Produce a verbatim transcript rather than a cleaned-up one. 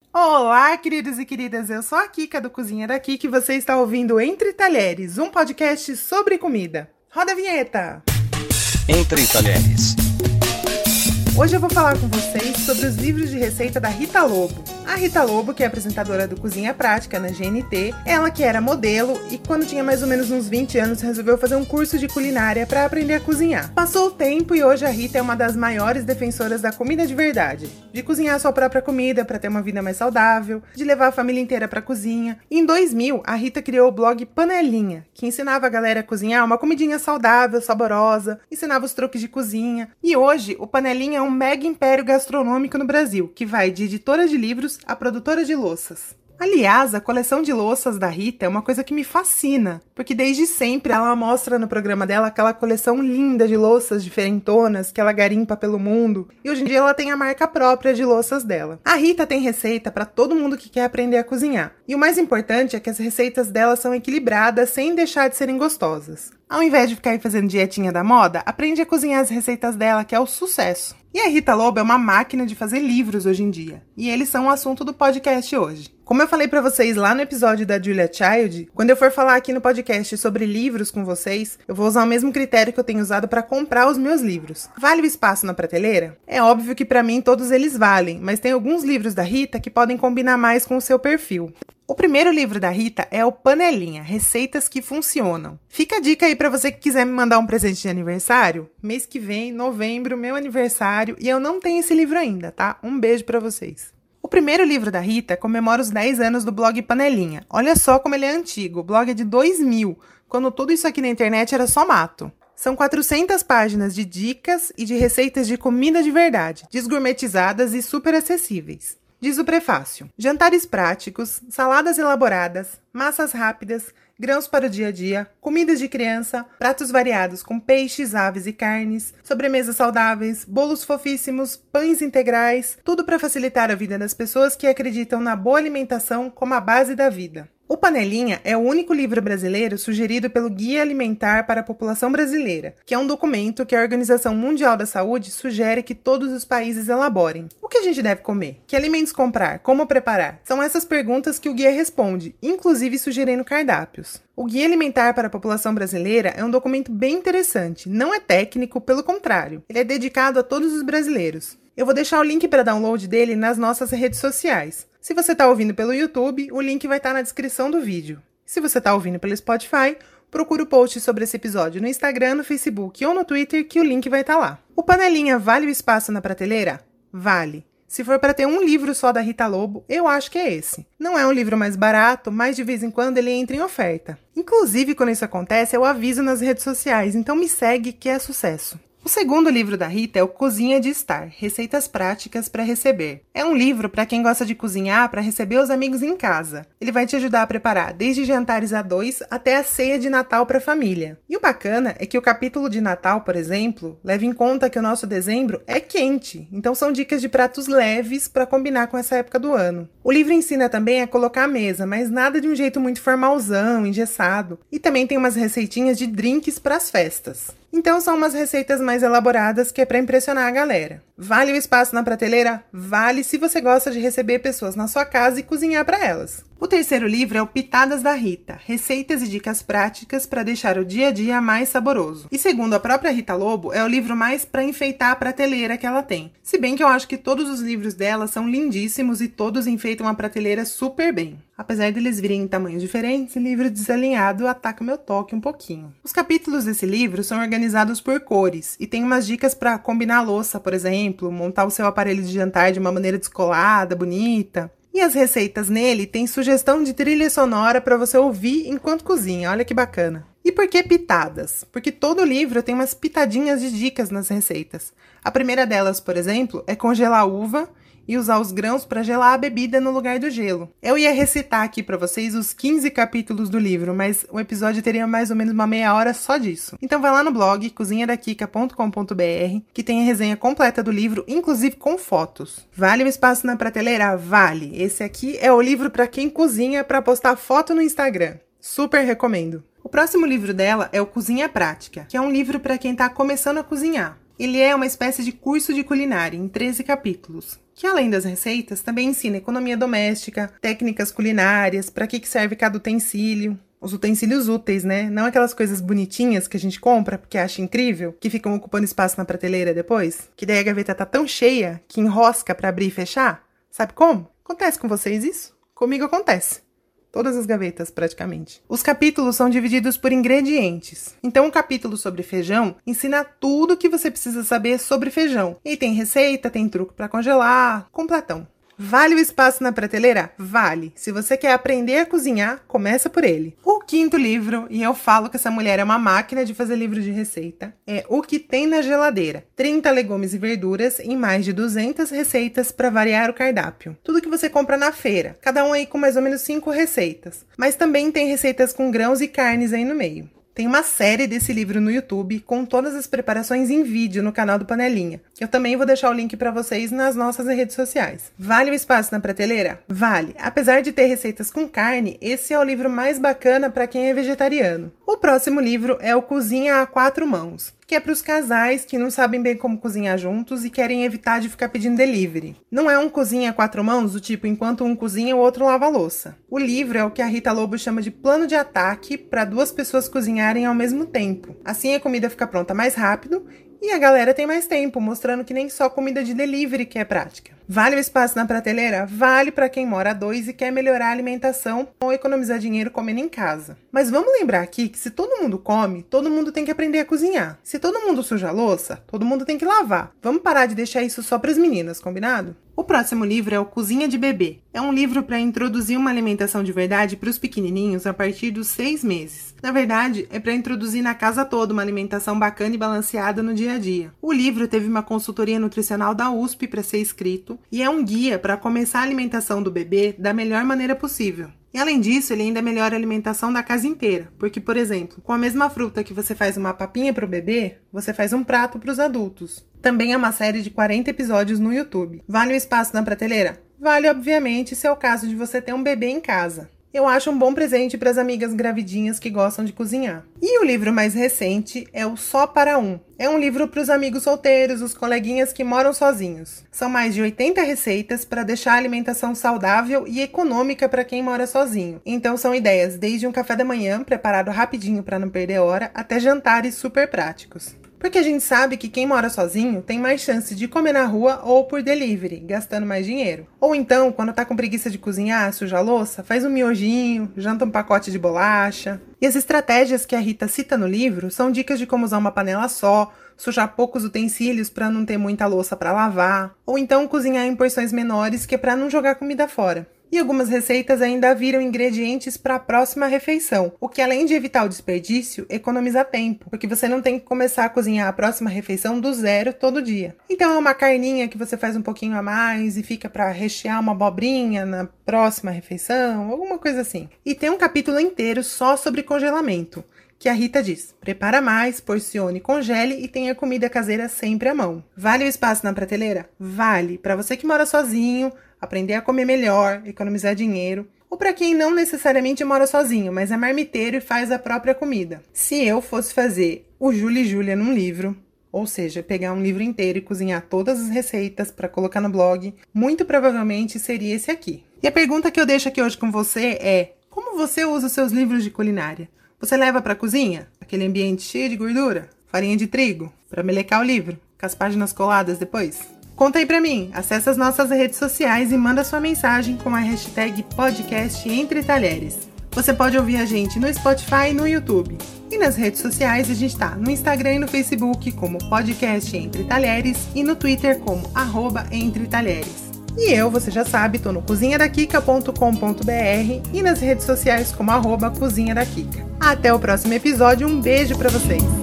Olá, queridos e queridas, eu sou a Kika do Cozinha da Kika e você está ouvindo Entre Talheres, um podcast sobre comida. Roda a vinheta! Entre Talheres. Hoje eu vou falar com vocês sobre os livros de receita da Rita Lobo. A Rita Lobo, que é apresentadora do Cozinha Prática na G N T, ela que era modelo e quando tinha mais ou menos uns vinte anos resolveu fazer um curso de culinária para aprender a cozinhar. Passou o tempo e hoje a Rita é uma das maiores defensoras da comida de verdade, de cozinhar sua própria comida para ter uma vida mais saudável, de levar a família inteira para a cozinha. E em dois mil, a Rita criou o blog Panelinha, que ensinava a galera a cozinhar uma comidinha saudável, saborosa, ensinava os truques de cozinha. E hoje, o Panelinha é um mega império gastronômico no Brasil, que vai de editora de livros a produtora de louças. Aliás, a coleção de louças da Rita é uma coisa que me fascina, porque desde sempre ela mostra no programa dela aquela coleção linda de louças diferentonas que ela garimpa pelo mundo, e hoje em dia ela tem a marca própria de louças dela. A Rita tem receita para todo mundo que quer aprender a cozinhar, e o mais importante é que as receitas dela são equilibradas sem deixar de serem gostosas. Ao invés de ficar aí fazendo dietinha da moda, aprende a cozinhar as receitas dela, que é o sucesso. E a Rita Lobo é uma máquina de fazer livros hoje em dia, e eles são o assunto do podcast hoje. Como eu falei pra vocês lá no episódio da Julia Child, quando eu for falar aqui no podcast sobre livros com vocês, eu vou usar o mesmo critério que eu tenho usado para comprar os meus livros. Vale o espaço na prateleira? É óbvio que pra mim todos eles valem, mas tem alguns livros da Rita que podem combinar mais com o seu perfil. O primeiro livro da Rita é o Panelinha, Receitas que Funcionam. Fica a dica aí pra você que quiser me mandar um presente de aniversário. Mês que vem, novembro, meu aniversário, e eu não tenho esse livro ainda, tá? Um beijo pra vocês. O primeiro livro da Rita comemora os dez anos do blog Panelinha. Olha só como ele é antigo, o blog é de dois mil, quando tudo isso aqui na internet era só mato. São quatrocentas páginas de dicas e de receitas de comida de verdade, desgourmetizadas e super acessíveis. Diz o prefácio: jantares práticos, saladas elaboradas, massas rápidas, grãos para o dia a dia, comidas de criança, pratos variados com peixes, aves e carnes, sobremesas saudáveis, bolos fofíssimos, pães integrais, tudo para facilitar a vida das pessoas que acreditam na boa alimentação como a base da vida. O Panelinha é o único livro brasileiro sugerido pelo Guia Alimentar para a População Brasileira, que é um documento que a Organização Mundial da Saúde sugere que todos os países elaborem. O que a gente deve comer? Que alimentos comprar? Como preparar? São essas perguntas que o guia responde, inclusive sugerindo cardápios. O Guia Alimentar para a População Brasileira é um documento bem interessante, não é técnico, pelo contrário, ele é dedicado a todos os brasileiros. Eu vou deixar o link para download dele nas nossas redes sociais. Se você está ouvindo pelo YouTube, o link vai estar na descrição do vídeo. Se você está ouvindo pelo Spotify, procura o post sobre esse episódio no Instagram, no Facebook ou no Twitter, que o link vai estar lá. O Panelinha vale o espaço na prateleira? Vale. Se for para ter um livro só da Rita Lobo, eu acho que é esse. Não é um livro mais barato, mas de vez em quando ele entra em oferta. Inclusive, quando isso acontece, eu aviso nas redes sociais, então me segue que é sucesso. O segundo livro da Rita é o Cozinha de Estar, Receitas Práticas para Receber. É um livro para quem gosta de cozinhar para receber os amigos em casa. Ele vai te ajudar a preparar desde jantares a dois até a ceia de Natal para a família. E o bacana é que o capítulo de Natal, por exemplo, leva em conta que o nosso dezembro é quente, então são dicas de pratos leves para combinar com essa época do ano. O livro ensina também a colocar a mesa, mas nada de um jeito muito formalzão, engessado. E também tem umas receitinhas de drinks para as festas. Então são umas receitas mais elaboradas que é para impressionar a galera. Vale o espaço na prateleira? Vale se você gosta de receber pessoas na sua casa e cozinhar para elas. O terceiro livro é o Pitadas da Rita, Receitas e Dicas Práticas para deixar o dia a dia mais saboroso. E segundo a própria Rita Lobo, é o livro mais para enfeitar a prateleira que ela tem. Se bem que eu acho que todos os livros dela são lindíssimos e todos enfeitam a prateleira super bem. Apesar deles virem em tamanhos diferentes, o livro desalinhado ataca o meu toque um pouquinho. Os capítulos desse livro são organizados por cores e tem umas dicas para combinar a louça, por exemplo, montar o seu aparelho de jantar de uma maneira descolada, bonita. E as receitas nele têm sugestão de trilha sonora para você ouvir enquanto cozinha, olha que bacana. E por que pitadas? Porque todo livro tem umas pitadinhas de dicas nas receitas. A primeira delas, por exemplo, é congelar uva e usar os grãos para gelar a bebida no lugar do gelo. Eu ia recitar aqui para vocês os quinze capítulos do livro, mas o episódio teria mais ou menos uma meia hora só disso. Então vai lá no blog cozinha da kika ponto com ponto b r, que tem a resenha completa do livro, inclusive com fotos. Vale o espaço na prateleira? Vale! Esse aqui é o livro para quem cozinha para postar foto no Instagram. Super recomendo! O próximo livro dela é o Cozinha Prática, que é um livro para quem está começando a cozinhar. Ele é uma espécie de curso de culinária em treze capítulos, que além das receitas, também ensina economia doméstica, técnicas culinárias, para que serve cada utensílio. Os utensílios úteis, né? Não aquelas coisas bonitinhas que a gente compra porque acha incrível, que ficam ocupando espaço na prateleira depois, que daí a gaveta tá tão cheia que enrosca para abrir e fechar. Sabe como? Acontece com vocês isso? Comigo acontece. Todas as gavetas, praticamente. Os capítulos são divididos por ingredientes. Então, o capítulo sobre feijão ensina tudo o que você precisa saber sobre feijão. E tem receita, tem truque para congelar, completão. Vale o espaço na prateleira? Vale. Se você quer aprender a cozinhar, começa por ele. O quinto livro, e eu falo que essa mulher é uma máquina de fazer livro de receita, é O que tem na geladeira. trinta legumes e verduras em mais de duzentas receitas para variar o cardápio. Tudo que você compra na feira, cada um aí com mais ou menos cinco receitas. Mas também tem receitas com grãos e carnes aí no meio. Tem uma série desse livro no YouTube com todas as preparações em vídeo no canal do Panelinha. Eu também vou deixar o link para vocês nas nossas redes sociais. Vale o espaço na prateleira? Vale. Apesar de ter receitas com carne, esse é o livro mais bacana para quem é vegetariano. O próximo livro é o Cozinha a Quatro Mãos, que é para os casais que não sabem bem como cozinhar juntos e querem evitar de ficar pedindo delivery. Não é um cozinha a quatro mãos, do tipo enquanto um cozinha, o outro lava a louça. O livro é o que a Rita Lobo chama de plano de ataque para duas pessoas cozinharem ao mesmo tempo. Assim a comida fica pronta mais rápido e a galera tem mais tempo, mostrando que nem só comida de delivery que é prática. Vale o espaço na prateleira? Vale para quem mora a dois e quer melhorar a alimentação ou economizar dinheiro comendo em casa. Mas vamos lembrar aqui que se todo mundo come, todo mundo tem que aprender a cozinhar. Se todo mundo suja a louça, todo mundo tem que lavar. Vamos parar de deixar isso só para as meninas, combinado? O próximo livro é o Cozinha de Bebê. É um livro para introduzir uma alimentação de verdade para os pequenininhos a partir dos seis meses. Na verdade, é para introduzir na casa toda uma alimentação bacana e balanceada no dia a dia. O livro teve uma consultoria nutricional da U S P para ser escrito e é um guia para começar a alimentação do bebê da melhor maneira possível. E além disso, ele ainda melhora a alimentação da casa inteira. Porque, por exemplo, com a mesma fruta que você faz uma papinha para o bebê, você faz um prato para os adultos. Também é uma série de quarenta episódios no YouTube. Vale o espaço na prateleira? Vale, obviamente, se é o caso de você ter um bebê em casa. Eu acho um bom presente para as amigas gravidinhas que gostam de cozinhar. E o livro mais recente é o Só para Um. É um livro para os amigos solteiros, os coleguinhas que moram sozinhos. São mais de oitenta receitas para deixar a alimentação saudável e econômica para quem mora sozinho. Então são ideias desde um café da manhã preparado rapidinho para não perder hora, até jantares super práticos. Porque a gente sabe que quem mora sozinho tem mais chance de comer na rua ou por delivery, gastando mais dinheiro. Ou então, quando tá com preguiça de cozinhar, suja a louça, faz um miojinho, janta um pacote de bolacha. E as estratégias que a Rita cita no livro são dicas de como usar uma panela só, sujar poucos utensílios para não ter muita louça para lavar, ou então cozinhar em porções menores que é para não jogar comida fora. E algumas receitas ainda viram ingredientes para a próxima refeição, o que além de evitar o desperdício, economiza tempo, porque você não tem que começar a cozinhar a próxima refeição do zero todo dia. Então é uma carninha que você faz um pouquinho a mais e fica para rechear uma abobrinha na próxima refeição, alguma coisa assim. E tem um capítulo inteiro só sobre congelamento, que a Rita diz: prepara mais, porcione, congele e tenha comida caseira sempre à mão. Vale o espaço na prateleira? Vale. Para você que mora sozinho, aprender a comer melhor, economizar dinheiro. Ou para quem não necessariamente mora sozinho, mas é marmiteiro e faz a própria comida. Se eu fosse fazer o Júlia e Júlia num livro, ou seja, pegar um livro inteiro e cozinhar todas as receitas para colocar no blog, muito provavelmente seria esse aqui. E a pergunta que eu deixo aqui hoje com você é: como você usa os seus livros de culinária? Você leva para a cozinha? Aquele ambiente cheio de gordura? Farinha de trigo? Para melecar o livro? Com as páginas coladas depois? Conta aí pra mim, acessa as nossas redes sociais e manda sua mensagem com a hashtag podcast Entre Talheres. Você pode ouvir a gente no Spotify e no YouTube. E nas redes sociais a gente tá no Instagram e no Facebook como podcast Entre Talheres e no Twitter como arroba Entre Talheres. E eu, você já sabe, tô no cozinha da kika ponto com ponto b r e nas redes sociais como arroba Cozinha da Kika. Até o próximo episódio, um beijo pra vocês!